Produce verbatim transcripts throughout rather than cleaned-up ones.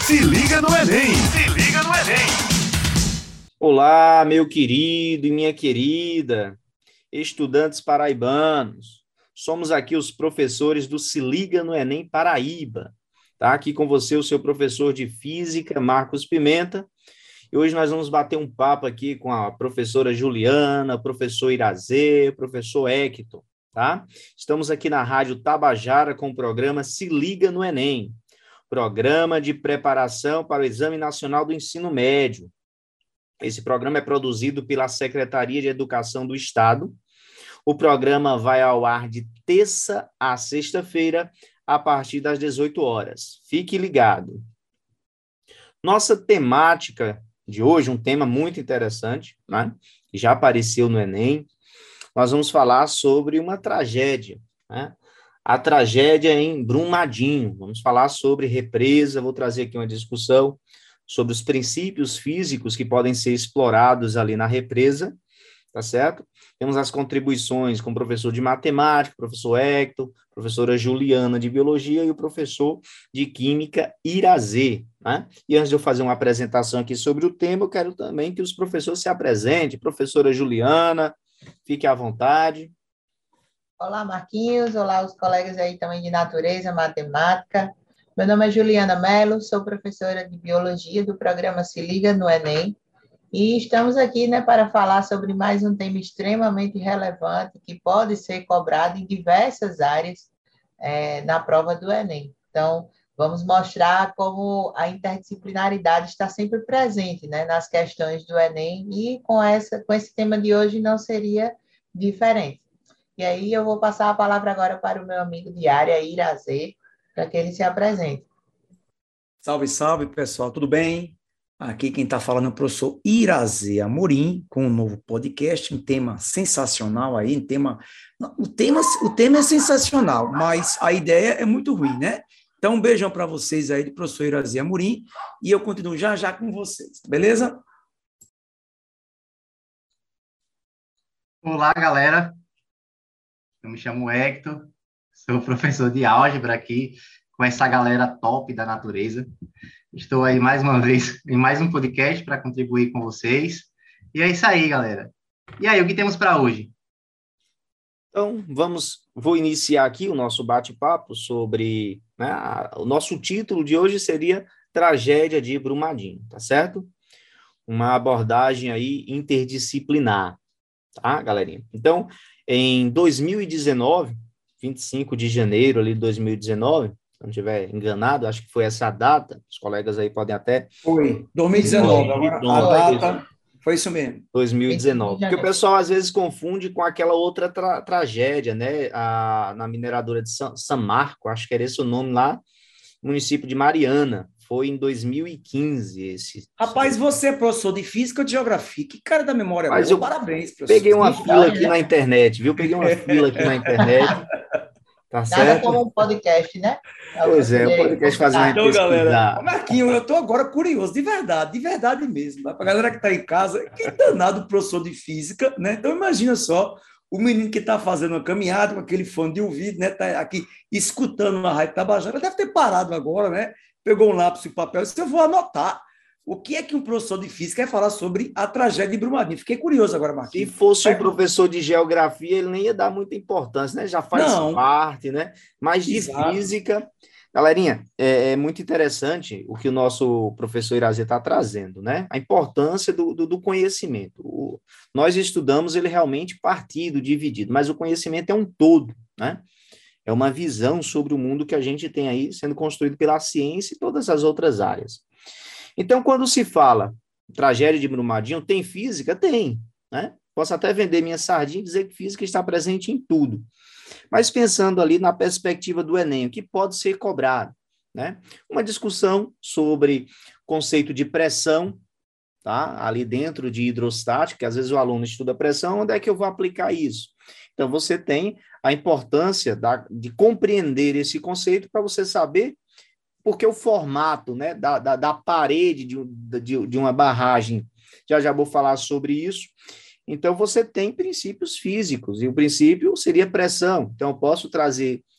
Se liga no Enem! Se liga no Enem! Olá, meu querido e minha querida, estudantes paraibanos. Somos aqui os professores do Se Liga no Enem Paraíba. Tá aqui com você o seu professor de Física, Marcos Pimenta. E hoje nós vamos bater um papo aqui com a professora Juliana, o professor Irazê, o professor Hector, tá? Estamos aqui na Rádio Tabajara com o programa Se Liga no Enem, programa de preparação para o Exame Nacional do Ensino Médio. Esse programa é produzido pela Secretaria de Educação do Estado. O programa vai ao ar de terça a sexta-feira, a partir das dezoito horas. Fique ligado. Nossa temática de hoje, um tema muito interessante, né? Que já apareceu no Enem. Nós vamos falar sobre uma tragédia, né? A tragédia em Brumadinho. Vamos falar sobre represa, vou trazer aqui uma discussão sobre os princípios físicos que podem ser explorados ali na represa, tá certo? Temos as contribuições com o professor de matemática, professor Hector, professora Juliana de biologia e o professor de química Irazê, né? E antes de eu fazer uma apresentação aqui sobre o tema, eu quero também que os professores se apresentem. Professora Juliana, fique à vontade. Olá, Marquinhos. Olá, os colegas aí também de natureza, matemática. Meu nome é Juliana Mello, sou professora de biologia do programa Se Liga no Enem. E estamos aqui, né, para falar sobre mais um tema extremamente relevante que pode ser cobrado em diversas áreas é, na prova do Enem. Então, vamos mostrar como a interdisciplinaridade está sempre presente, né, nas questões do Enem, e com, essa, com esse tema de hoje não seria diferente. E aí eu vou passar a palavra agora para o meu amigo de área, Irazê, para que ele se apresente. Salve, salve, pessoal, tudo bem? Aqui quem está falando é o professor Irazê Amorim, com um novo podcast, um tema sensacional aí, um tema... O tema, o tema é sensacional, mas a ideia é muito ruim, né? Então, um beijão para vocês aí, do professor Irazê Amorim, e eu continuo já já com vocês, beleza? Olá, galera. Eu me chamo Hector, sou professor de álgebra aqui, com essa galera top da natureza. Estou aí mais uma vez em mais um podcast para contribuir com vocês. E é isso aí, galera. E aí, o que temos para hoje? Então, vamos, vou iniciar aqui o nosso bate-papo sobre, né, a, o nosso título de hoje seria Tragédia de Brumadinho, tá certo? Uma abordagem aí interdisciplinar, tá, galerinha? Então, em dois mil e dezenove, vinte e cinco de janeiro ali de dois mil e dezenove, se não estiver enganado, acho que foi essa data, os colegas aí podem até... Foi, dois mil e dezenove, agora a data foi isso mesmo. dois mil e dezenove, porque o pessoal às vezes confunde com aquela outra tra tragédia, né, a, na mineradora de San, San Marco, acho que era esse o nome lá, município de Mariana, foi em dois mil e quinze esse. Rapaz, você é professor de física ou de geografia, que cara da memória Mas boa, eu parabéns, professor. Peguei uma fila aqui na internet, viu? Peguei uma fila aqui na internet. Tá certo? Nada como um podcast, né? Pois é, o podcast fazer uma Então, galera, pesquisar. Marquinhos, eu tô agora curioso, de verdade, de verdade mesmo. Para a galera que tá em casa, que danado professor de física, né? Então, imagina só, o menino que tá fazendo uma caminhada com aquele fone de ouvido, né? Tá aqui escutando na Rádio Tabajara, deve ter parado agora, né? Pegou um lápis e papel e disse, eu vou anotar. O que é que um professor de física vai falar sobre a tragédia de Brumadinho? Fiquei curioso agora, Marquinhos. Se fosse um professor de geografia, ele nem ia dar muita importância, né? Já faz Não. parte, né? Mas de Exato. física... Galerinha, é, é muito interessante o que o nosso professor Irazê está trazendo, né? A importância do, do, do conhecimento. O, nós estudamos ele realmente partido, dividido, mas o conhecimento é um todo, né? É uma visão sobre o mundo que a gente tem aí sendo construído pela ciência e todas as outras áreas. Então, quando se fala tragédia de Brumadinho, tem física? Tem, né? Posso até vender minha sardinha e dizer que física está presente em tudo. Mas pensando ali na perspectiva do Enem, o que pode ser cobrado, né? Uma discussão sobre conceito de pressão, tá? Ali dentro de hidrostática, que às vezes o aluno estuda pressão, onde é que eu vou aplicar isso? Então, você tem a importância da, de compreender esse conceito para você saber porque o formato, né, da, da, da parede de, de, de uma barragem, já já vou falar sobre isso. Então, você tem princípios físicos, e o princípio seria pressão. Então, eu posso trazer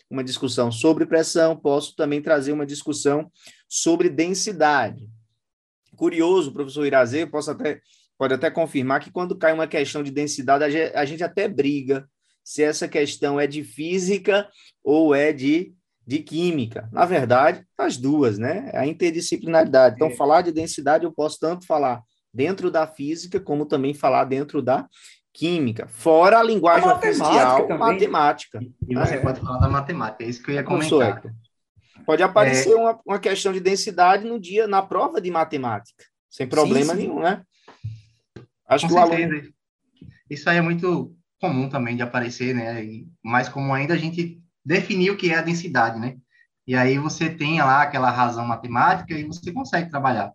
uma discussão sobre pressão, posso também trazer uma discussão sobre densidade. Curioso, professor Irazê, posso até, pode até confirmar que quando cai uma questão de densidade, a gente, a gente até briga se essa questão é de física ou é de, de química. Na verdade, as duas, né? A interdisciplinaridade. Então, é. falar de densidade, eu posso tanto falar dentro da física, como também falar dentro da química, fora a linguagem a oficial, também. matemática. E você é. pode falar da matemática, é isso que eu ia comentar. Pode aparecer é... uma, uma questão de densidade no dia, na prova de matemática, sem problema sim, sim. nenhum, né? Acho Com que certeza. o aluno... Isso aí é muito comum também de aparecer, né? E mais comum ainda a gente definir o que é a densidade, né? E aí você tem lá aquela razão matemática e você consegue trabalhar.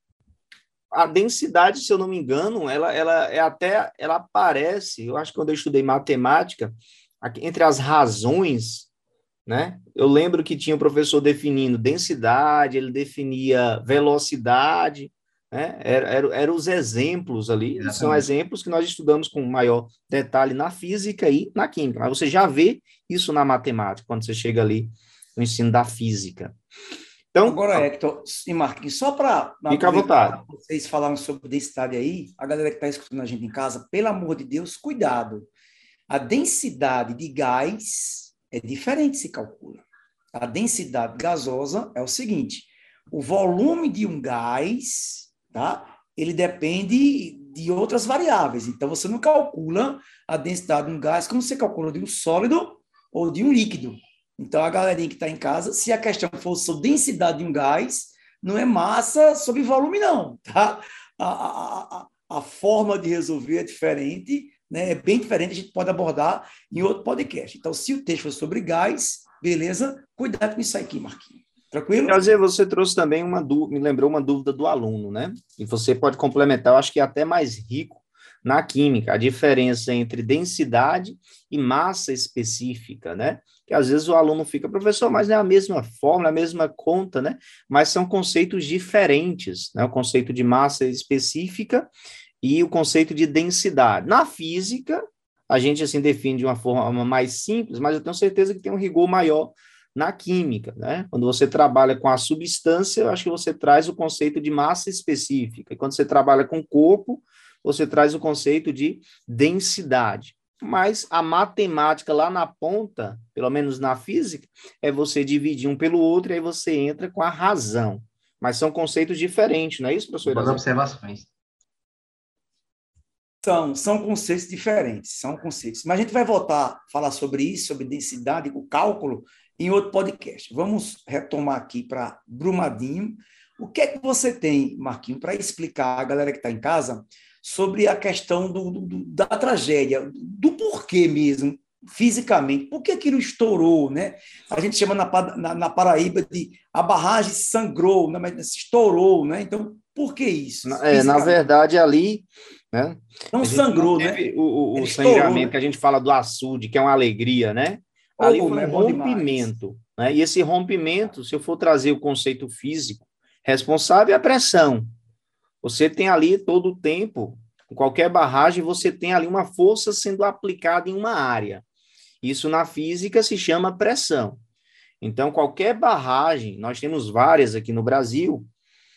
A densidade, se eu não me engano, ela, ela é até, ela aparece, eu acho que quando eu estudei matemática, entre as razões, né? Eu lembro que tinha o professor definindo densidade, ele definia velocidade, né? Eram era, era os exemplos ali, Exatamente. São exemplos que nós estudamos com maior detalhe na física e na química, mas você já vê isso na matemática, quando você chega ali no ensino da física. Então, agora, Hector e Marquinhos, só para fica à vontade. Vocês falaram sobre densidade aí, a galera que está escutando a gente em casa, pelo amor de Deus, cuidado. A densidade de gás é diferente, se calcula. A densidade gasosa é o seguinte: o volume de um gás, tá? Ele depende de outras variáveis. Então, você não calcula a densidade de um gás como você calcula de um sólido ou de um líquido. Então, a galerinha que está em casa, se a questão for sobre densidade de um gás, não é massa sobre volume, não, tá? A, a, a, a forma de resolver é diferente, né? É bem diferente, a gente pode abordar em outro podcast. Então, se o texto for sobre gás, beleza? Cuidado com isso aqui, Marquinhos. Tranquilo? Quer dizer, você trouxe também uma dúvida, me lembrou uma dúvida do aluno, né? E você pode complementar, eu acho que é até mais rico na química, a diferença entre densidade e massa específica, né? Que às vezes o aluno fica, professor, mas não é a mesma fórmula, a mesma conta, né? Mas são conceitos diferentes, né? O conceito de massa específica e o conceito de densidade. Na física, a gente assim define de uma forma mais simples, mas eu tenho certeza que tem um rigor maior na química, né? Quando você trabalha com a substância, eu acho que você traz o conceito de massa específica. E quando você trabalha com o corpo, você traz o conceito de densidade. Mas a matemática lá na ponta, pelo menos na física, é você dividir um pelo outro e aí você entra com a razão. Mas são conceitos diferentes, não é isso, professor? Boas observações. São, são conceitos diferentes, são conceitos. Mas a gente vai voltar a falar sobre isso, sobre densidade, o cálculo, em outro podcast. Vamos retomar aqui para Brumadinho. O que é que você tem, Marquinhos, para explicar a galera que está em casa sobre a questão do, do, da tragédia, do porquê mesmo, fisicamente, por que aquilo estourou, né? A gente chama na, na, na Paraíba de a barragem sangrou, né? Mas estourou, né? Então, por que isso? É, na verdade, ali... Né? Não sangrou, não né? O, o, o sangramento, né? Que a gente fala do açude, que é uma alegria, né? Ali oh, foi um rompimento, né? E esse rompimento, se eu for trazer o conceito físico, responsável é a pressão. Você tem ali todo o tempo, em qualquer barragem, você tem ali uma força sendo aplicada em uma área. Isso na física se chama pressão. Então, qualquer barragem, nós temos várias aqui no Brasil,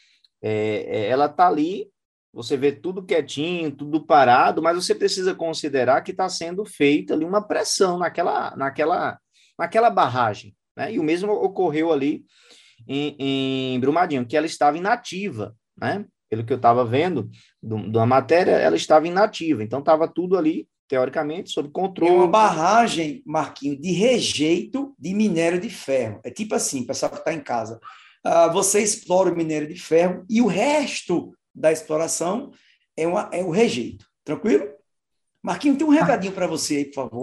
é, ela está ali, você vê tudo quietinho, tudo parado, mas você precisa considerar que está sendo feita ali uma pressão naquela, naquela, naquela barragem, né? E o mesmo ocorreu ali em, em Brumadinho, que ela estava inativa, né? Pelo que eu estava vendo da matéria, ela estava inativa, então estava tudo ali, teoricamente, sob controle. É uma barragem, Marquinhos, de rejeito de minério de ferro. É tipo assim, pessoal que está em casa, uh, você explora o minério de ferro e o resto da exploração é, uma, é o rejeito. Tranquilo? Marquinhos, tem um recadinho para você aí, por favor.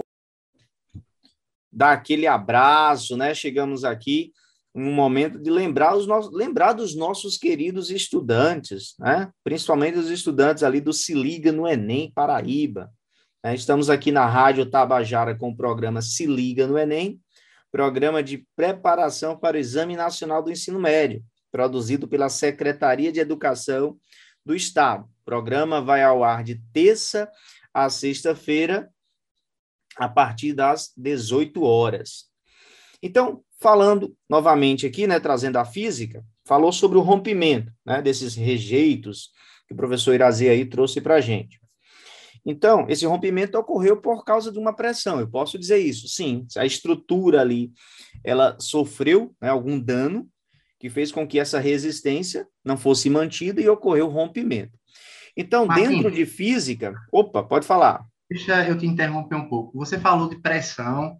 Dá aquele abraço, né? Chegamos aqui um momento de lembrar, os nossos, lembrar dos nossos queridos estudantes, né? Principalmente os estudantes ali do Se Liga no Enem Paraíba. Né? Estamos aqui na Rádio Tabajara com o programa Se Liga no Enem, programa de preparação para o Exame Nacional do Ensino Médio, produzido pela Secretaria de Educação do Estado. O programa vai ao ar de terça a sexta-feira, a partir das dezoito horas. Então, falando novamente aqui, né, trazendo a física, falou sobre o rompimento, né, desses rejeitos que o professor Irazê aí trouxe para a gente. Então, esse rompimento ocorreu por causa de uma pressão, eu posso dizer isso, sim, a estrutura ali, ela sofreu, né, algum dano que fez com que essa resistência não fosse mantida e ocorreu o rompimento. Então, Marquinhos, dentro de física, opa, pode falar. deixa eu te interromper um pouco. Você falou de pressão,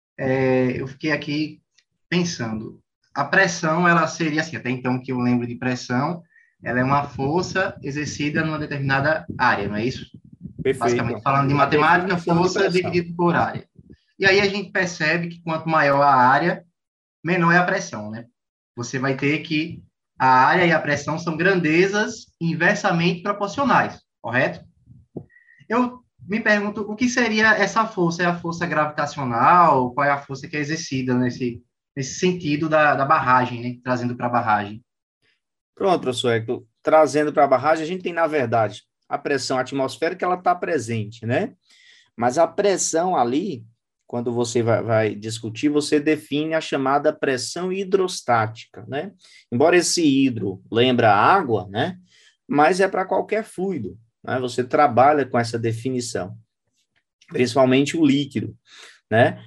é, eu fiquei aqui pensando. A pressão, ela seria assim, até então que eu lembro de pressão, ela é uma força exercida numa determinada área, não é isso? Basicamente, Perfeito. falando de A matemática, definição de força pressão. dividido por área. E aí a gente percebe que quanto maior a área, menor é a pressão, né? Você vai ter que a área e a pressão são grandezas inversamente proporcionais, correto? Eu me pergunto o que seria essa força? É a força gravitacional? Qual é a força que é exercida nesse, nesse sentido da, da barragem, né? Trazendo para a barragem. Pronto, professor Hector, trazendo para a barragem, a gente tem, na verdade, a pressão atmosférica, ela está presente, né? Mas a pressão ali, quando você vai, vai discutir, você define a chamada pressão hidrostática, né? Embora esse hidro lembra água, né? Mas é para qualquer fluido, né? Você trabalha com essa definição, principalmente o líquido, né?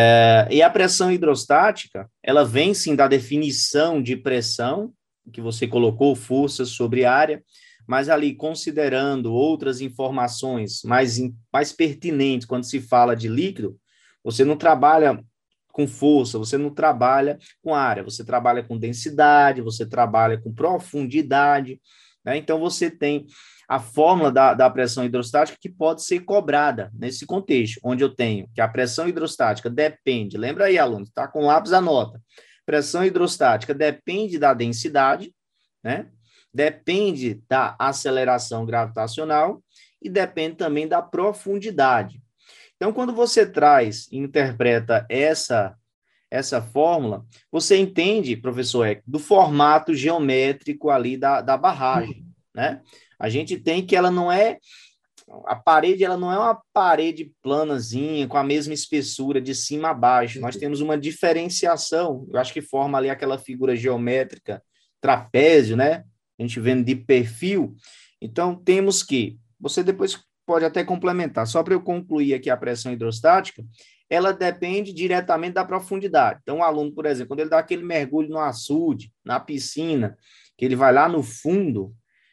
É, e a pressão hidrostática, ela vem sim da definição de pressão, que você colocou, força sobre área, mas ali considerando outras informações mais, mais pertinentes quando se fala de líquido, você não trabalha com força, você não trabalha com área, você trabalha com densidade, você trabalha com profundidade, né? Então você tem a fórmula da, da pressão hidrostática que pode ser cobrada nesse contexto, onde eu tenho que a pressão hidrostática depende, lembra aí, aluno, tá com lápis, anota, pressão hidrostática depende da densidade, né? Depende da aceleração gravitacional e depende também da profundidade. Então, quando você traz e interpreta essa, essa fórmula, você entende, professor Eck, do formato geométrico ali da, da barragem, né? A gente tem que ela não é, a parede ela não é uma parede planazinha, com a mesma espessura de cima a baixo, nós temos uma diferenciação, eu acho que forma ali aquela figura geométrica, trapézio, né? A gente vendo de perfil, então temos que, você depois pode até complementar, só para eu concluir aqui a pressão hidrostática, ela depende diretamente da profundidade. Então, o aluno, por exemplo, quando ele dá aquele mergulho no açude, na piscina, que ele vai lá no fundo,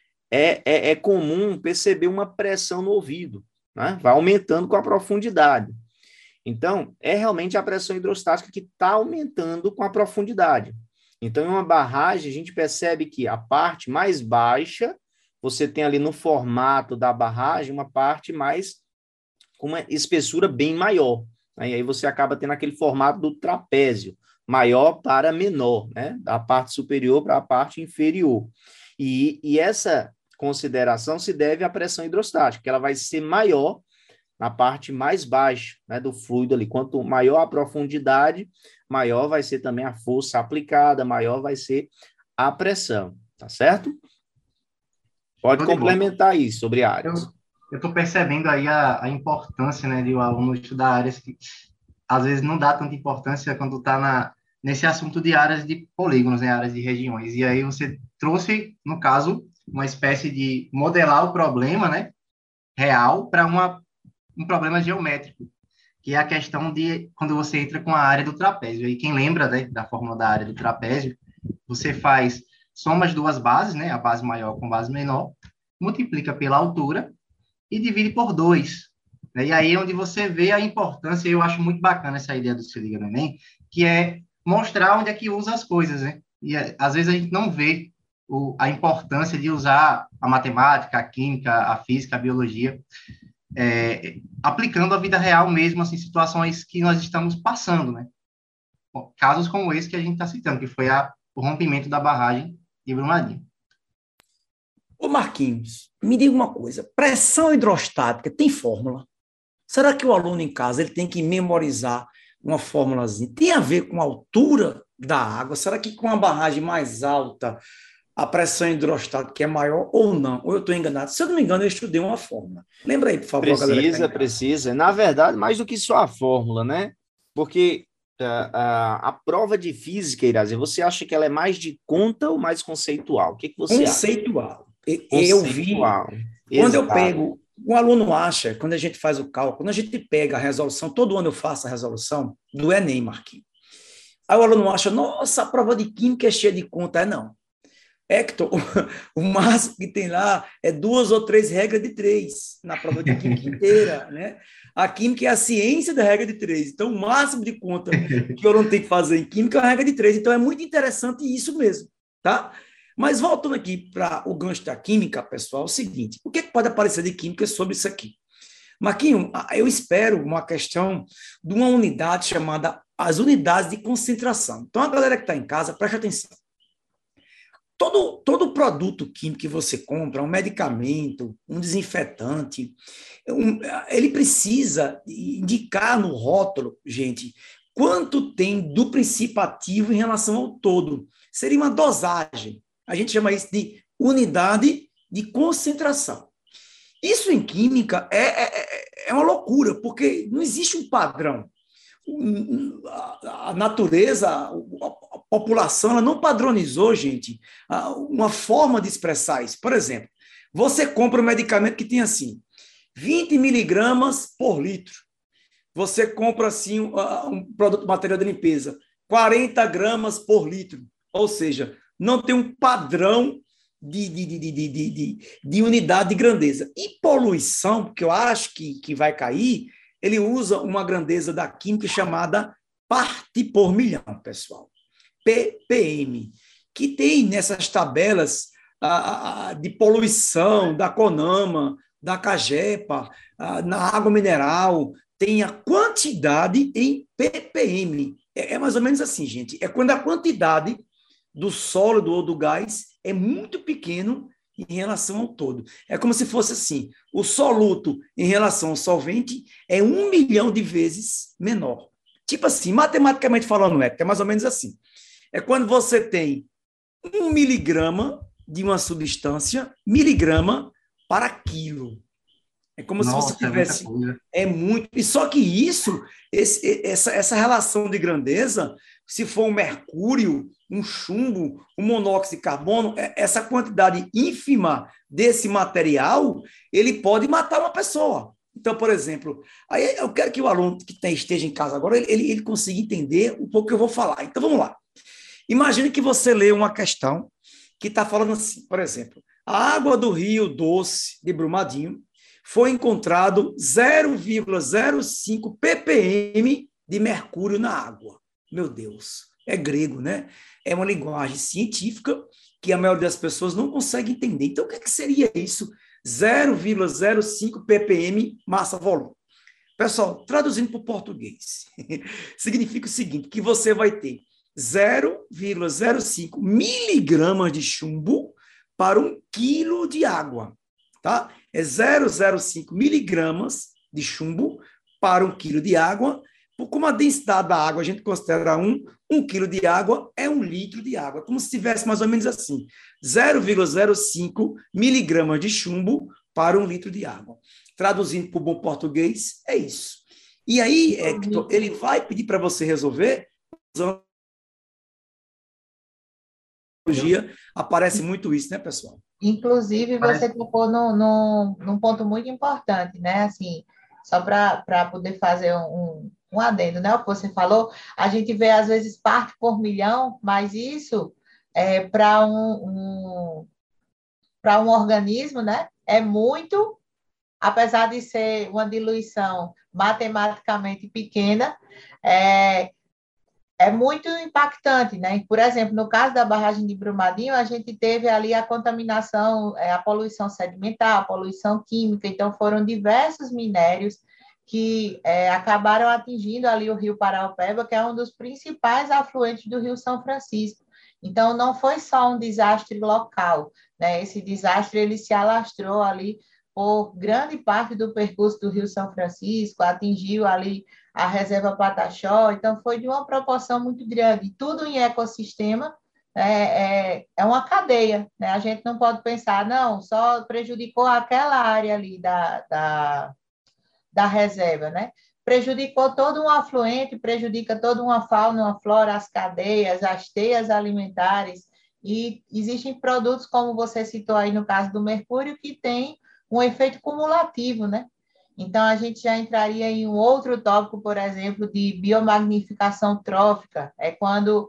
é, é, é comum perceber uma pressão no ouvido, né? Vai aumentando com a profundidade. Então, é realmente a pressão hidrostática que está aumentando com a profundidade. Então, em uma barragem, a gente percebe que a parte mais baixa, você tem ali no formato da barragem uma parte mais, com uma espessura bem maior, né? E aí você acaba tendo aquele formato do trapézio, maior para menor, né? Da parte superior para a parte inferior. E, e essa consideração se deve à pressão hidrostática, que ela vai ser maior na parte mais baixa, né, do fluido ali. Quanto maior a profundidade, maior vai ser também a força aplicada, maior vai ser a pressão, tá certo? Pode complementar isso sobre áreas. Eu estou percebendo aí a, a importância, né, de o aluno estudar áreas que às vezes não dá tanta importância quando está na nesse assunto de áreas de polígonos, né, áreas de regiões. E aí você trouxe, no caso, uma espécie de modelar o problema, né, real para uma um problema geométrico, que é a questão de quando você entra com a área do trapézio. E quem lembra, né, da fórmula da área do trapézio, você faz soma as duas bases, né, a base maior com a base menor, multiplica pela altura e divide por dois. Né? E aí é onde você vê a importância, e eu acho muito bacana essa ideia do Se Liga no Enem, que é mostrar onde é que usa as coisas, né? E às vezes a gente não vê o, a importância de usar a matemática, a química, a física, a biologia, é, aplicando a vida real mesmo, assim, situações que nós estamos passando, né? Casos como esse que a gente está citando, que foi a, o rompimento da barragem de Brumadinho. Ô Marquinhos, me diga uma coisa, pressão hidrostática tem fórmula? Será que o aluno em casa ele tem que memorizar uma fórmulazinha? Tem a ver com a altura da água? Será que com a barragem mais alta a pressão hidrostática é maior ou não? Ou eu estou enganado? Se eu não me engano, eu estudei uma fórmula. Lembra aí, por favor, precisa, galera. Precisa, precisa. Na verdade, mais do que só a fórmula, né? Porque a, a, a prova de física, Irazê, você acha que ela é mais de conta ou mais conceitual? O que, que você acha? Conceitual. E- Eu vi, Conceitual. quando eu Exato. pego, o aluno acha, quando a gente faz o cálculo, quando a gente pega a resolução, todo ano eu faço a resolução do Enem, Marquinhos. Aí o aluno acha, nossa, a prova de química é cheia de conta. É não. Hector, o máximo que tem lá é duas ou três regras de três na prova de química inteira, né? A química é a ciência da regra de três. Então, o máximo de conta que o aluno tem que fazer em química é a regra de três. Então, é muito interessante isso mesmo, tá? Mas voltando aqui para o gancho da química, pessoal, é o seguinte: o que, é que pode aparecer de química sobre isso aqui? Marquinho, eu espero uma questão de uma unidade chamada as unidades de concentração. Então, a galera que está em casa, preste atenção. Todo, todo produto químico que você compra, um medicamento, um desinfetante, um, ele precisa indicar no rótulo, gente, quanto tem do princípio ativo em relação ao todo. Seria uma dosagem. A gente chama isso de unidade de concentração. Isso em química é, é, é uma loucura, porque não existe um padrão. A natureza, a população, ela não padronizou, gente, uma forma de expressar isso. Por exemplo, você compra um medicamento que tem assim, vinte miligramas por litro. Você compra assim um produto material de limpeza, quarenta gramas por litro. Ou seja, não tem um padrão de, de, de, de, de, de, de unidade de grandeza. E poluição, porque eu acho que, que vai cair, ele usa uma grandeza da química chamada parte por milhão, pessoal. P P M, que tem nessas tabelas ah, de poluição da CONAMA, da CAGEPA, ah, na água mineral, tem a quantidade em P P M. É, é mais ou menos assim, gente. É quando a quantidade do sólido ou do gás é muito pequeno em relação ao todo. É como se fosse assim, o soluto em relação ao solvente é um milhão de vezes menor. Tipo assim, matematicamente falando, é, é mais ou menos assim. É quando você tem um miligrama de uma substância, miligrama para quilo. É como Nossa, se você tivesse... É muita coisa. É muito... E só que isso, esse, essa, essa relação de grandeza, se for um mercúrio, um chumbo, um monóxido de carbono, essa quantidade ínfima desse material, ele pode matar uma pessoa. Então, por exemplo, aí eu quero que o aluno que esteja em casa agora, ele, ele consiga entender um pouco o que eu vou falar. Então, vamos lá. Imagine que você lê uma questão que está falando assim, por exemplo, a água do Rio Doce de Brumadinho foi encontrado zero vírgula zero cinco ppm de mercúrio na água. Meu Deus, é grego, né? É uma linguagem científica que a maioria das pessoas não consegue entender. Então, o que, que seria isso? zero vírgula zero cinco ppm massa-volume. Pessoal, traduzindo para o português, significa o seguinte, que você vai ter zero vírgula zero cinco miligramas de chumbo para um quilo de água, tá? É zero vírgula zero cinco miligramas de chumbo para um quilo de água. Como a densidade da água a gente considera um, um quilo de água é um litro de água. Como se tivesse mais ou menos assim, zero vírgula zero cinco miligramas de chumbo para um litro de água. Traduzindo para o bom português, é isso. E aí, Hector, ele vai pedir para você resolver usando aparece muito isso, né, pessoal? Inclusive, você tocou num, num, num ponto muito importante, né? Assim, só para poder fazer um, um adendo, né? O que você falou, a gente vê, às vezes, parte por milhão, mas isso é para um, um, para um organismo, né? É muito, apesar de ser uma diluição matematicamente pequena, é, é muito impactante, né? Por exemplo, no caso da barragem de Brumadinho, a gente teve ali a contaminação, a poluição sedimentar, a poluição química, então foram diversos minérios que é, acabaram atingindo ali o Rio Paraopeba, que é um dos principais afluentes do Rio São Francisco. Então, não foi só um desastre local, né? Esse desastre, ele se alastrou ali por grande parte do percurso do Rio São Francisco, atingiu ali a reserva Pataxó, então foi de uma proporção muito grande. Tudo em ecossistema é, é, é uma cadeia, né? A gente não pode pensar, não, só prejudicou aquela área ali da, da, da reserva, né? prejudicou todo um afluente, prejudica toda uma fauna, uma flora, as cadeias, as teias alimentares, e existem produtos, como você citou aí no caso do mercúrio, que tem um efeito cumulativo, né? Então, a gente já entraria em um outro tópico, por exemplo, de biomagnificação trófica, é quando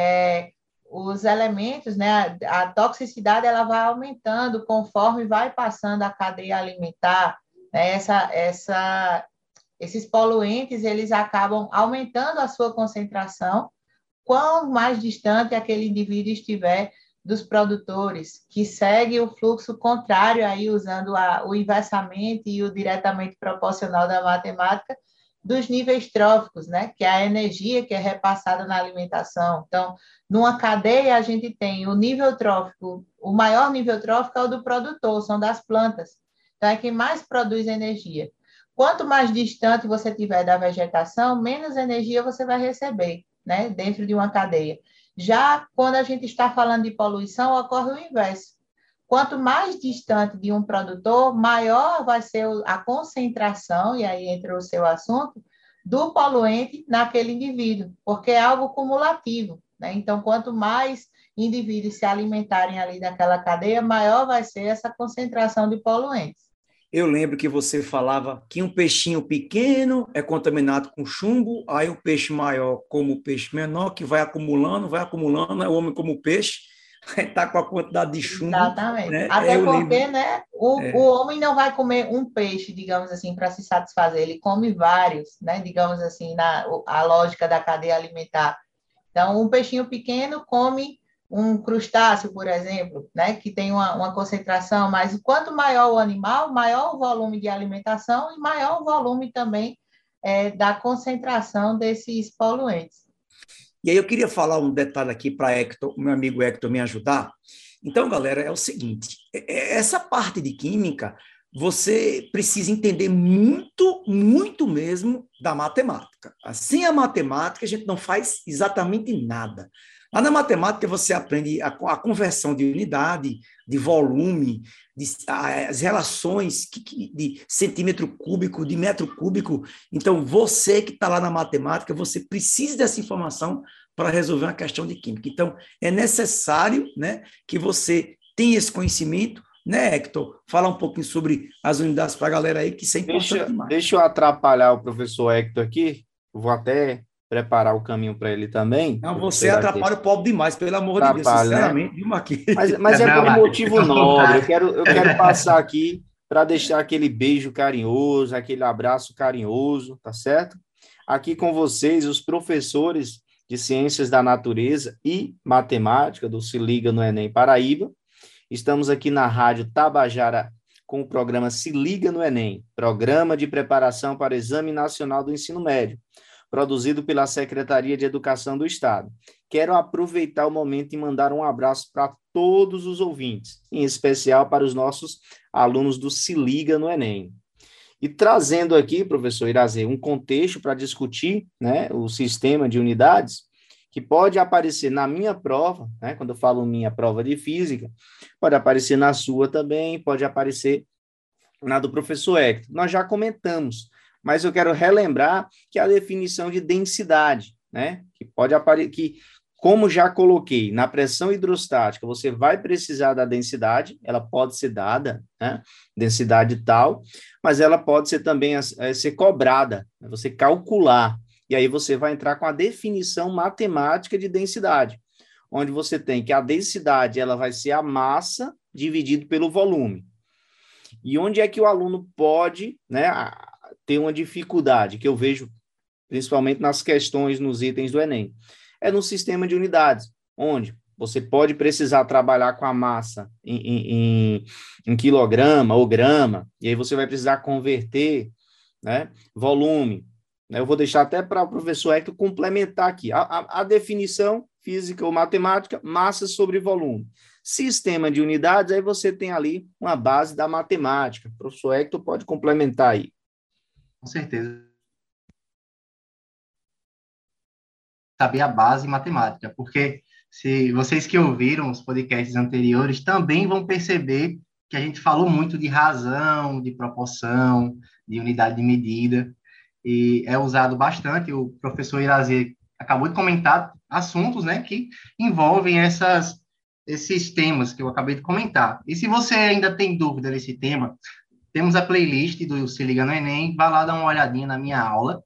é, os elementos, né, a, a toxicidade ela vai aumentando conforme vai passando a cadeia alimentar, né? Essa, essa, esses poluentes, eles acabam aumentando a sua concentração, quanto mais distante aquele indivíduo estiver dos produtores, que segue o fluxo contrário, aí usando a, o inversamente e o diretamente proporcional da matemática, dos níveis tróficos, né? Que é a energia que é repassada na alimentação. Então, numa cadeia, a gente tem o nível trófico, o maior nível trófico é o do produtor, são das plantas. Então, é quem mais produz energia. Quanto mais distante você tiver da vegetação, menos energia você vai receber, né? Dentro de uma cadeia. Já quando a gente está falando de poluição, ocorre o inverso. Quanto mais distante de um produtor, maior vai ser a concentração, e aí entra o seu assunto, do poluente naquele indivíduo, porque é algo cumulativo, né? Então, quanto mais indivíduos se alimentarem ali daquela cadeia, maior vai ser essa concentração de poluentes. Eu lembro que você falava que um peixinho pequeno é contaminado com chumbo, aí o peixe maior como o peixe menor, que vai acumulando, vai acumulando, é o homem como o peixe, está com a quantidade de chumbo. Exatamente. Né? Até eu porque, lembro... né, o, é. o homem não vai comer um peixe, digamos assim, para se satisfazer, ele come vários, né, digamos assim, na a lógica da cadeia alimentar. Então, um peixinho pequeno come um crustáceo, por exemplo, né, que tem uma, uma concentração, mas quanto maior o animal, maior o volume de alimentação e maior o volume também é, da concentração desses poluentes. E aí eu queria falar um detalhe aqui para Hector, o meu amigo Hector me ajudar. Então, galera, é o seguinte, essa parte de química, você precisa entender muito, muito mesmo da matemática. Sem a matemática, a gente não faz exatamente nada. Lá na matemática, você aprende a, a conversão de unidade, de volume, de, a, as relações que, que, de centímetro cúbico, de metro cúbico. Então, você que está lá na matemática, você precisa dessa informação para resolver uma questão de química. Então, é necessário, né, que você tenha esse conhecimento, né, Hector? Falar um pouquinho sobre as unidades para a galera aí, que isso é importante deixa, demais. Deixa eu atrapalhar o professor Hector aqui, eu vou até preparar o caminho para ele também. Não, você atrapalha o pobre demais, pelo amor de Deus, sinceramente, viu, Marquinhos? Mas, mas é por um motivo nobre, eu quero, eu quero passar aqui para deixar aquele beijo carinhoso, aquele abraço carinhoso, tá certo? Aqui com vocês, os professores de Ciências da Natureza e Matemática do Se Liga no Enem Paraíba. Estamos aqui na Rádio Tabajara com o programa Se Liga no Enem, Programa de Preparação para o Exame Nacional do Ensino Médio, produzido pela Secretaria de Educação do Estado. Quero aproveitar o momento e mandar um abraço para todos os ouvintes, em especial para os nossos alunos do Se Liga no Enem. E trazendo aqui, professor Irazê, um contexto para discutir, né, o sistema de unidades, que pode aparecer na minha prova, né, quando eu falo minha prova de física, pode aparecer na sua também, pode aparecer na do professor Hector. Nós já comentamos, mas eu quero relembrar que a definição de densidade, né, que pode aparecer, que, como já coloquei, na pressão hidrostática, você vai precisar da densidade, ela pode ser dada, né, densidade tal, mas ela pode ser também é, ser cobrada, né, você calcular, e aí você vai entrar com a definição matemática de densidade, onde você tem que a densidade ela vai ser a massa dividido pelo volume. E onde é que o aluno pode, né, ter uma dificuldade, que eu vejo principalmente nas questões, nos itens do Enem? É no sistema de unidades, onde você pode precisar trabalhar com a massa em, em, em, em quilograma ou grama, e aí você vai precisar converter, né, volume. Eu vou deixar até para o professor Hector complementar aqui. A, a, a definição física ou matemática, massa sobre volume. Sistema de unidades, aí você tem ali uma base da matemática. O professor Hector pode complementar aí. Com certeza. Saber a base matemática, porque se vocês que ouviram os podcasts anteriores também vão perceber que a gente falou muito de razão, de proporção, de unidade de medida. e é usado bastante. O professor Irazi acabou de comentar assuntos, né, que envolvem essas, esses temas que eu acabei de comentar. E se você ainda tem dúvida desse tema, temos a playlist do Se Liga no Enem, vá lá dar uma olhadinha na minha aula,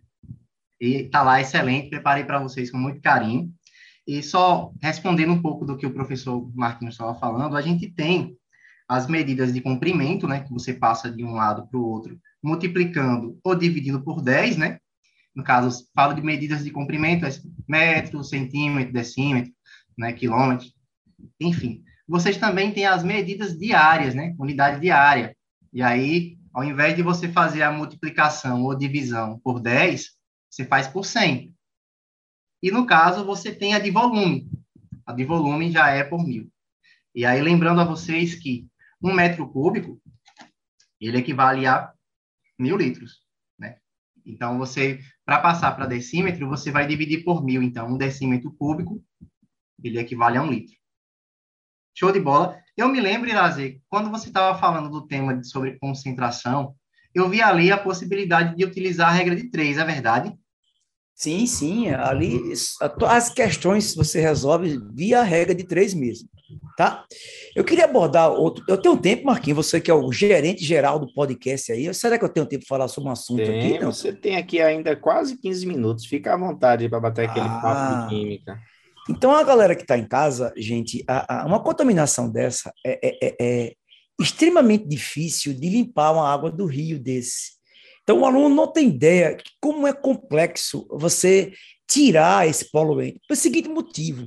e tá lá excelente, preparei para vocês com muito carinho. E só respondendo um pouco do que o professor Marquinhos estava falando, a gente tem as medidas de comprimento, né, que você passa de um lado para o outro, multiplicando ou dividindo por dez, né? No caso, falo de medidas de comprimento, é metro, centímetro, decímetro, né, quilômetro, enfim. Vocês também têm as medidas diárias, né, unidade diária. E aí, ao invés de você fazer a multiplicação ou divisão por dez, você faz por cem. E no caso, você tem a de volume. A de volume já é por mil. E aí, lembrando a vocês que um metro cúbico, ele equivale a mil litros, né? Então, você, para passar para decímetro, você vai dividir por mil. Então, um decímetro cúbico, ele equivale a um litro. Show de bola. Eu me lembro, Irazi, quando você estava falando do tema de, sobre concentração, eu vi ali a possibilidade de utilizar a regra de três, é verdade? Sim, sim, ali as questões você resolve via regra de três mesmo, tá? Eu queria abordar outro. Eu tenho tempo, Marquinhos, você que é o gerente geral do podcast aí. Será que eu tenho tempo de falar sobre um assunto Tem, aqui? Não. você tem aqui ainda quase quinze minutos. Fica à vontade para bater aquele papo de Ah, química. então a galera que está em casa, gente, a, a, uma contaminação dessa é, é, é, é extremamente difícil de limpar uma água do rio desse. Então, o aluno não tem ideia de como é complexo você tirar esse poluente. Pelo seguinte motivo,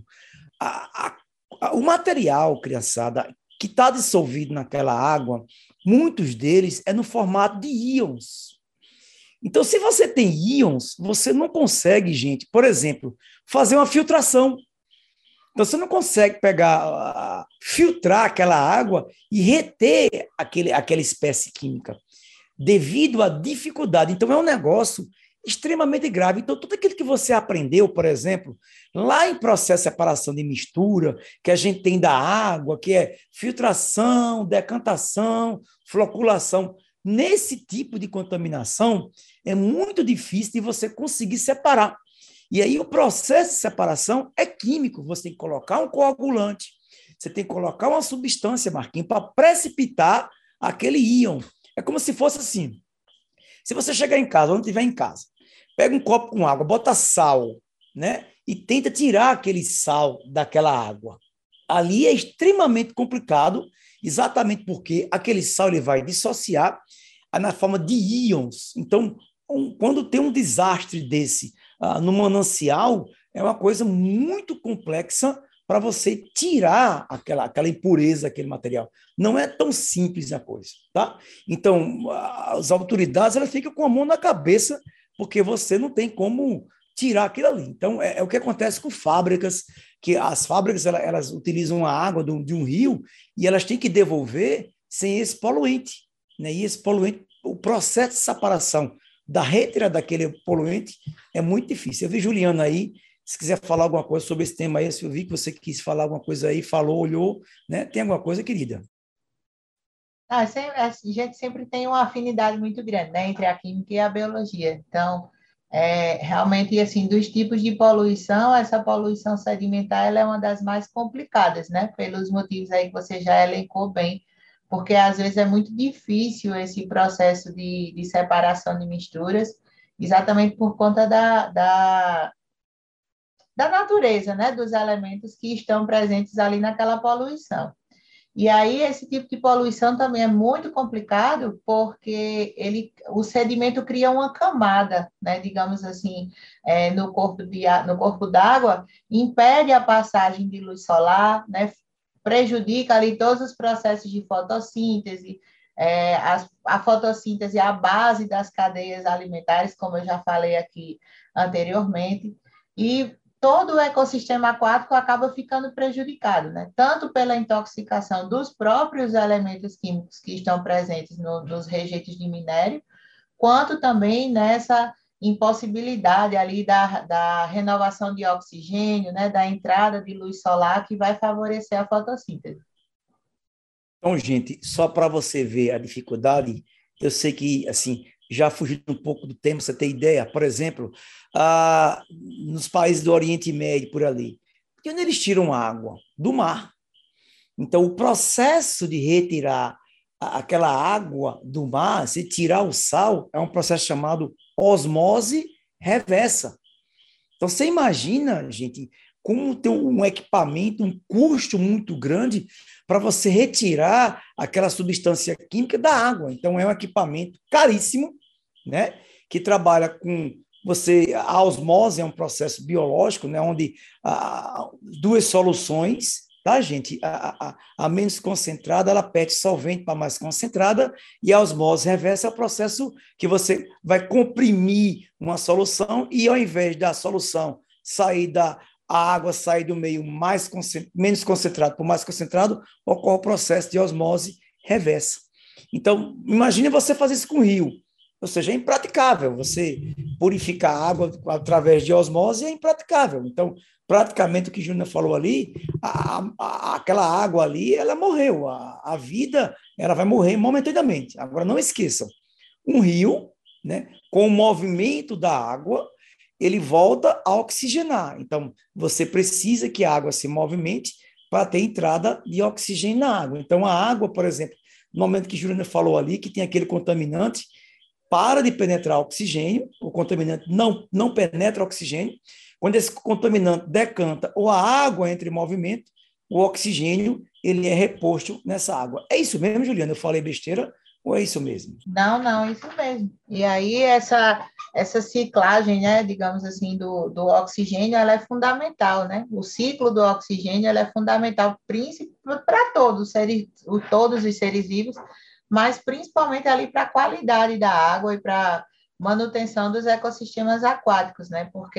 a, a, a, o material, criançada, que está dissolvido naquela água, muitos deles é no formato de íons. Então, se você tem íons, você não consegue, gente, por exemplo, fazer uma filtração. Então, você não consegue pegar, uh, filtrar aquela água e reter aquele, aquela espécie química, devido à dificuldade. Então, é um negócio extremamente grave. Então, tudo aquilo que você aprendeu, por exemplo, lá em processo de separação de mistura, que a gente tem da água, que é filtração, decantação, floculação, nesse tipo de contaminação, é muito difícil de você conseguir separar. E aí, o processo de separação é químico. Você tem que colocar um coagulante, você tem que colocar uma substância, Marquinhos, para precipitar aquele íon. É como se fosse assim, se você chegar em casa, ou não estiver em casa, pega um copo com água, bota sal, né? E tenta tirar aquele sal daquela água. Ali é extremamente complicado, exatamente porque aquele sal ele vai dissociar na forma de íons. Então, um, quando tem um desastre desse uh, no manancial, é uma coisa muito complexa para você tirar aquela, aquela impureza, aquele material. Não é tão simples a coisa, tá? Então, as autoridades elas ficam com a mão na cabeça, porque você não tem como tirar aquilo ali. Então, é, é o que acontece com fábricas, que as fábricas elas, elas utilizam a água do, de um rio e elas têm que devolver sem esse poluente, né? E esse poluente, o processo de separação da retirada daquele poluente é muito difícil. Eu vi Juliana aí, se quiser falar alguma coisa sobre esse tema aí, se eu vi que você quis falar alguma coisa aí, falou, olhou, né? Tem alguma coisa, querida? Ah, a gente sempre tem uma afinidade muito grande, né, entre a química e a biologia. Então, é, realmente, assim, dos tipos de poluição, essa poluição sedimentar ela é uma das mais complicadas, né? Pelos motivos aí que você já elencou bem, porque às vezes é muito difícil esse processo de, de separação de misturas, exatamente por conta da, da da natureza, né, dos elementos que estão presentes ali naquela poluição. E aí esse tipo de poluição também é muito complicado porque ele, o sedimento cria uma camada, né, digamos assim, é, no corpo de, no corpo d'água, impede a passagem de luz solar, né, prejudica ali todos os processos de fotossíntese. É, a, a fotossíntese é a base das cadeias alimentares, como eu já falei aqui anteriormente, e todo o ecossistema aquático acaba ficando prejudicado, né? Tanto pela intoxicação dos próprios elementos químicos que estão presentes no, nos rejeitos de minério, quanto também nessa impossibilidade ali da, da renovação de oxigênio, né? Da entrada de luz solar que vai favorecer a fotossíntese. Então, gente, só para você ver a dificuldade, eu sei que, assim, já fugindo um pouco do tema, você tem ideia, por exemplo, ah, nos países do Oriente Médio, por ali, de onde eles tiram água? Do mar. Então, o processo de retirar aquela água do mar, se tirar o sal, é um processo chamado osmose reversa. Então, você imagina, gente, como tem um equipamento, um custo muito grande para você retirar aquela substância química da água. Então, é um equipamento caríssimo, né? Que trabalha com você. A osmose é um processo biológico, né? Onde ah, duas soluções, tá, gente? A, a, a menos concentrada, ela pede solvente para mais concentrada, e a osmose reversa é o processo que você vai comprimir uma solução e, ao invés da solução sair da a água sair do meio mais menos concentrado para o mais concentrado, ocorre o processo de osmose reversa. Então, imagine você fazer isso com o rio. Ou seja, é impraticável. Você purificar a água através de osmose é impraticável. Então, praticamente o que o Júnior falou ali, a, a, aquela água ali, ela morreu. A, a vida, ela vai morrer momentaneamente. Agora, não esqueçam, um rio, né, com o movimento da água, ele volta a oxigenar. Então, você precisa que a água se movimente para ter entrada de oxigênio na água. Então, a água, por exemplo, no momento que Juliana falou ali, que tem aquele contaminante, para de penetrar oxigênio, o contaminante não, não penetra oxigênio. Quando esse contaminante decanta ou a água entra em movimento, o oxigênio ele é reposto nessa água. É isso mesmo, Juliana? Eu falei besteira? Ou é isso mesmo? Não, não, isso mesmo. E aí, essa, essa ciclagem, né, digamos assim, do, do oxigênio, ela é fundamental, né? O ciclo do oxigênio, ela é fundamental para todos, seres, todos os seres vivos, mas principalmente ali para a qualidade da água e para manutenção dos ecossistemas aquáticos, né? Porque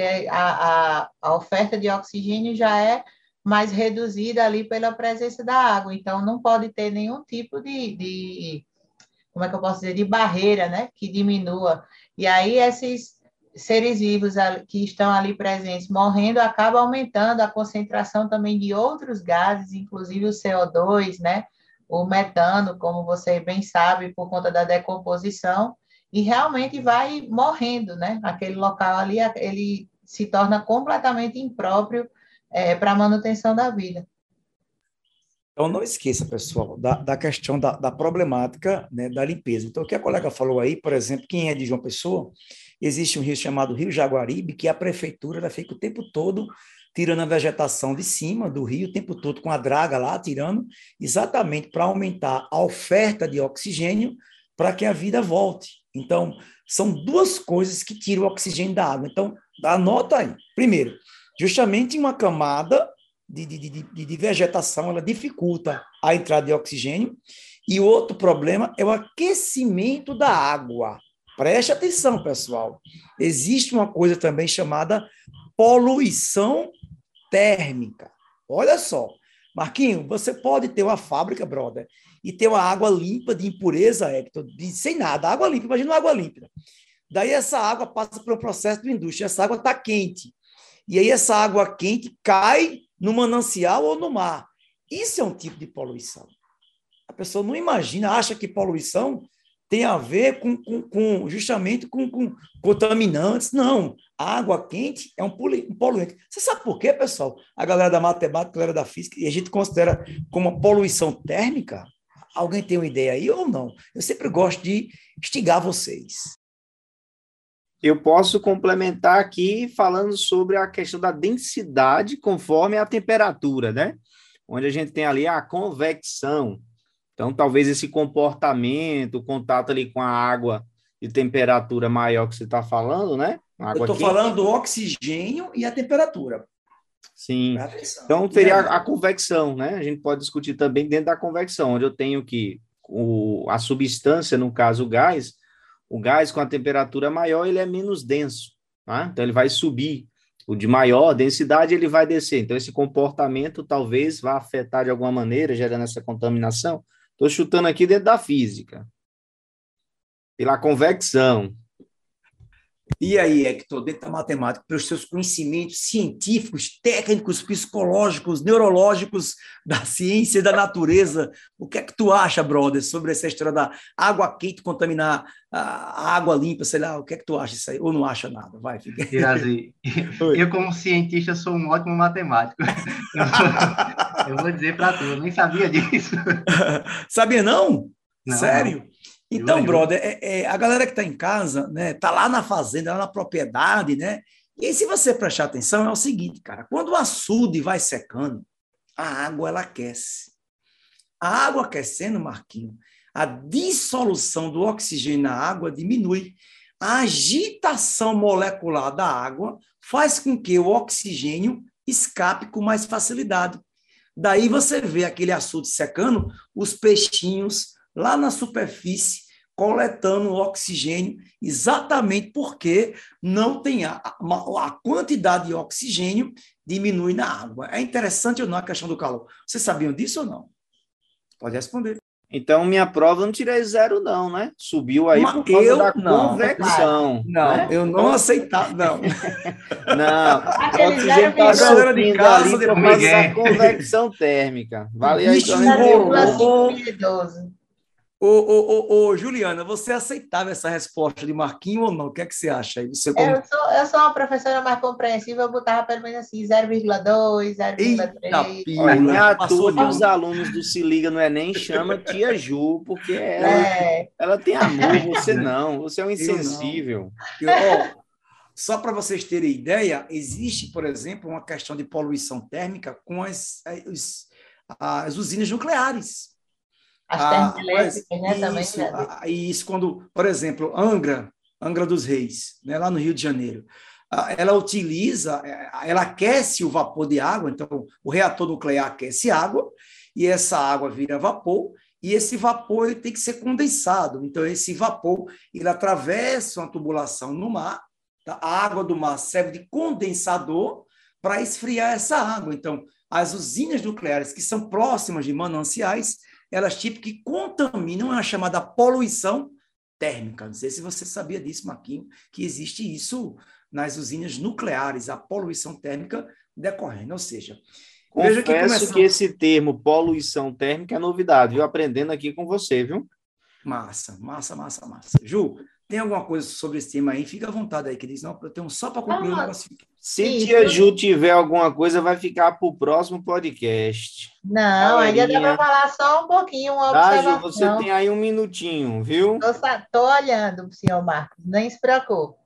a, a, a oferta de oxigênio já é mais reduzida ali pela presença da água, então não pode ter nenhum tipo de, de como é que eu posso dizer, de barreira, né, que diminua. E aí esses seres vivos que estão ali presentes morrendo acaba aumentando a concentração também de outros gases, inclusive o C O dois, né, o metano, como você bem sabe, por conta da decomposição, e realmente vai morrendo, né, aquele local ali, ele se torna completamente impróprio é, para a manutenção da vida. Então, não esqueça, pessoal, da, da questão da, da problemática, né, da limpeza. Então, o que a colega falou aí, por exemplo, quem é de João Pessoa, existe um rio chamado Rio Jaguaribe, que a prefeitura ela fica o tempo todo tirando a vegetação de cima do rio, o tempo todo com a draga lá, tirando, exatamente para aumentar a oferta de oxigênio para que a vida volte. Então, são duas coisas que tiram o oxigênio da água. Então, anota aí. Primeiro, justamente uma camada De, de, de, de vegetação, ela dificulta a entrada de oxigênio. E o outro problema é o aquecimento da água. Preste atenção, pessoal. Existe uma coisa também chamada poluição térmica. Olha só. Marquinho, você pode ter uma fábrica, brother, e ter uma água limpa de impureza, Hector, de, sem nada, água limpa, imagina uma água límpida. Daí essa água passa pelo processo de indústria, essa água está quente. E aí essa água quente cai no manancial ou no mar. Isso é um tipo de poluição. A pessoa não imagina, acha que poluição tem a ver com, com, com justamente com, com contaminantes. Não, a água quente é um poluente. Você sabe por quê, pessoal? A galera da matemática, a galera da física, e a gente considera como uma poluição térmica? Alguém tem uma ideia aí ou não? Eu sempre gosto de instigar vocês. Eu posso complementar aqui falando sobre a questão da densidade conforme a temperatura, né? Onde a gente tem ali a convecção. Então, talvez esse comportamento, o contato ali com a água de temperatura maior que você está falando, né? Água Eu estou falando do oxigênio e a temperatura. Sim. Então, teria a, a convecção, né? A gente pode discutir também dentro da convecção, onde eu tenho que o, a substância, no caso o gás, o gás com a temperatura maior, ele é menos denso, tá? Então ele vai subir. O de maior densidade, ele vai descer. Então esse comportamento talvez vá afetar de alguma maneira, gerando essa contaminação. Estou chutando aqui dentro da física. Pela convecção. E aí, Hector, dentro da matemática, pelos seus conhecimentos científicos, técnicos, psicológicos, neurológicos, da ciência e da natureza, o que é que tu acha, brother, sobre essa história da água quente contaminar a água limpa, sei lá, o que é que tu acha disso aí? Ou não acha nada? Vai, fica. Irazi, eu como cientista sou um ótimo matemático. Eu vou dizer para tu, eu nem sabia disso. Sabia não? Não, Sério? não. Então, Juro, brother, é, é, a galera que está em casa, né, tá lá na fazenda, lá na propriedade, né? E aí, se você prestar atenção, é o seguinte, cara, quando o açude vai secando, a água ela aquece. A água aquecendo, Marquinho, a dissolução do oxigênio na água diminui. A agitação molecular da água faz com que o oxigênio escape com mais facilidade. Daí você vê aquele açude secando, os peixinhos lá na superfície, coletando o oxigênio, exatamente porque não tem a, a quantidade de oxigênio diminui na água. É interessante ou não a questão do calor? Vocês sabiam disso ou não? Pode responder. Então, minha prova eu não tirei zero, não, né? Subiu aí Uma, por causa eu, da não, convecção. Não, né? eu não aceitava, não. Não, o Aquele oxigênio zero está vírgula de subindo casa, ali por depois- causa da Miguel. convecção térmica. Vale aí Bicho, também. zero vírgula cinco Ô, piedoso. Ô, ô, ô, ô, Juliana, você aceitava essa resposta de Marquinho ou não? O que é que você acha aí? Você como... Eu sou, eu sou uma professora mais compreensiva, eu botava pelo menos assim, zero vírgula dois, zero vírgula Eita, três. Olha, não é pila, à passou toa que os não. alunos do Se Liga no Enem chama Tia Ju, porque ela, É, ela tem amor, você não, você é um Eu não. insensível. Eu, ó, só para vocês terem ideia, existe, por exemplo, uma questão de poluição térmica com as, as, as usinas nucleares. as Ah, termoelétricas, né, também. isso, né? ah, isso quando, por exemplo, Angra, Angra dos Reis, né, lá no Rio de Janeiro, ah, ela utiliza, ela aquece o vapor de água, então o reator nuclear aquece água, e essa água vira vapor, e esse vapor ele tem que ser condensado. Então, esse vapor ele atravessa uma tubulação no mar, tá? A água do mar serve de condensador para esfriar essa água. Então, as usinas nucleares que são próximas de mananciais, elas tipo que contaminam a chamada poluição térmica. Não sei se você sabia disso, Marquinhos, que existe isso nas usinas nucleares, a poluição térmica decorrendo. Ou seja, veja que Confesso começou... que esse termo poluição térmica é novidade, viu? Aprendendo aqui com você, viu? Massa, massa, massa, massa. Ju, tem alguma coisa sobre esse tema aí? Fica à vontade aí, que diz, não, eu tenho só para concluir o Ah, negócio. Se Isso. Tia Ju tiver alguma coisa, vai ficar para o próximo podcast. Não, ainda dá Galerinha. para falar só um pouquinho, uma Tá, Ju, observação. você tem aí um minutinho, viu? Estou olhando, senhor Marcos, nem se preocupe.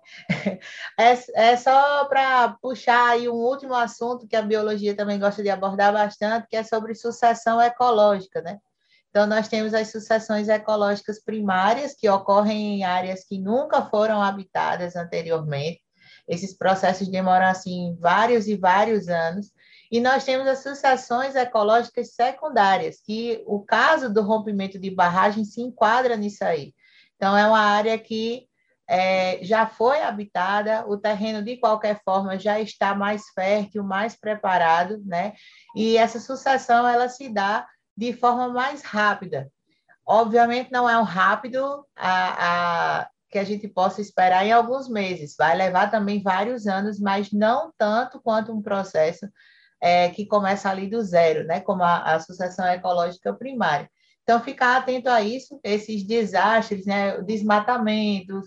É, é só para puxar aí um último assunto que a biologia também gosta de abordar bastante, que é sobre sucessão ecológica, né? Então, nós temos as sucessões ecológicas primárias, que ocorrem em áreas que nunca foram habitadas anteriormente. Esses processos demoram, assim, vários e vários anos. E nós temos as sucessões ecológicas secundárias, que o caso do rompimento de barragem se enquadra nisso aí. Então, é uma área que é, já foi habitada, o terreno, de qualquer forma, já está mais fértil, mais preparado, né? E essa sucessão, ela se dá de forma mais rápida. Obviamente, não é um rápido a, a, que a gente possa esperar em alguns meses. Vai levar também vários anos, mas não tanto quanto um processo é, que começa ali do zero, né? Como a, a sucessão ecológica primária. Então, ficar atento a isso, esses desastres, né? Desmatamentos,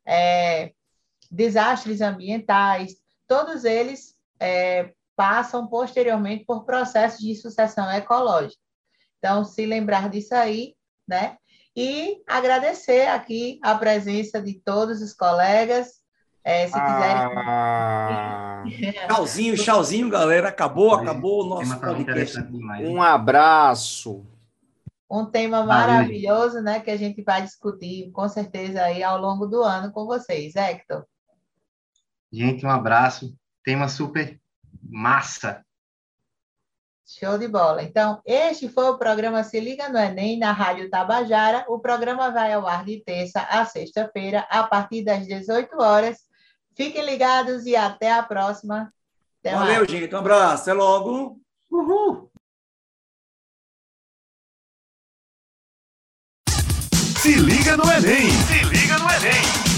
é, desastres ambientais, todos eles é, passam posteriormente por processos de sucessão ecológica. Então, se lembrar disso aí, né? E agradecer aqui a presença de todos os colegas. É, se quiserem. Ah, Tchauzinho, tchauzinho, galera. Acabou, acabou o nosso Tema tava podcast. interessante demais. um abraço. Um tema maravilhoso, né? Que a gente vai discutir, com certeza, aí ao longo do ano com vocês. Hector. Gente, um abraço. Tema super massa. Show de bola. Então, este foi o programa Se Liga no Enem, na Rádio Tabajara. O programa vai ao ar de terça a sexta-feira, a partir das dezoito horas. Fiquem ligados e até a próxima. Até Valeu, mais. gente. Um abraço. Até logo. Uhul. Se liga no Enem! Se liga no Enem!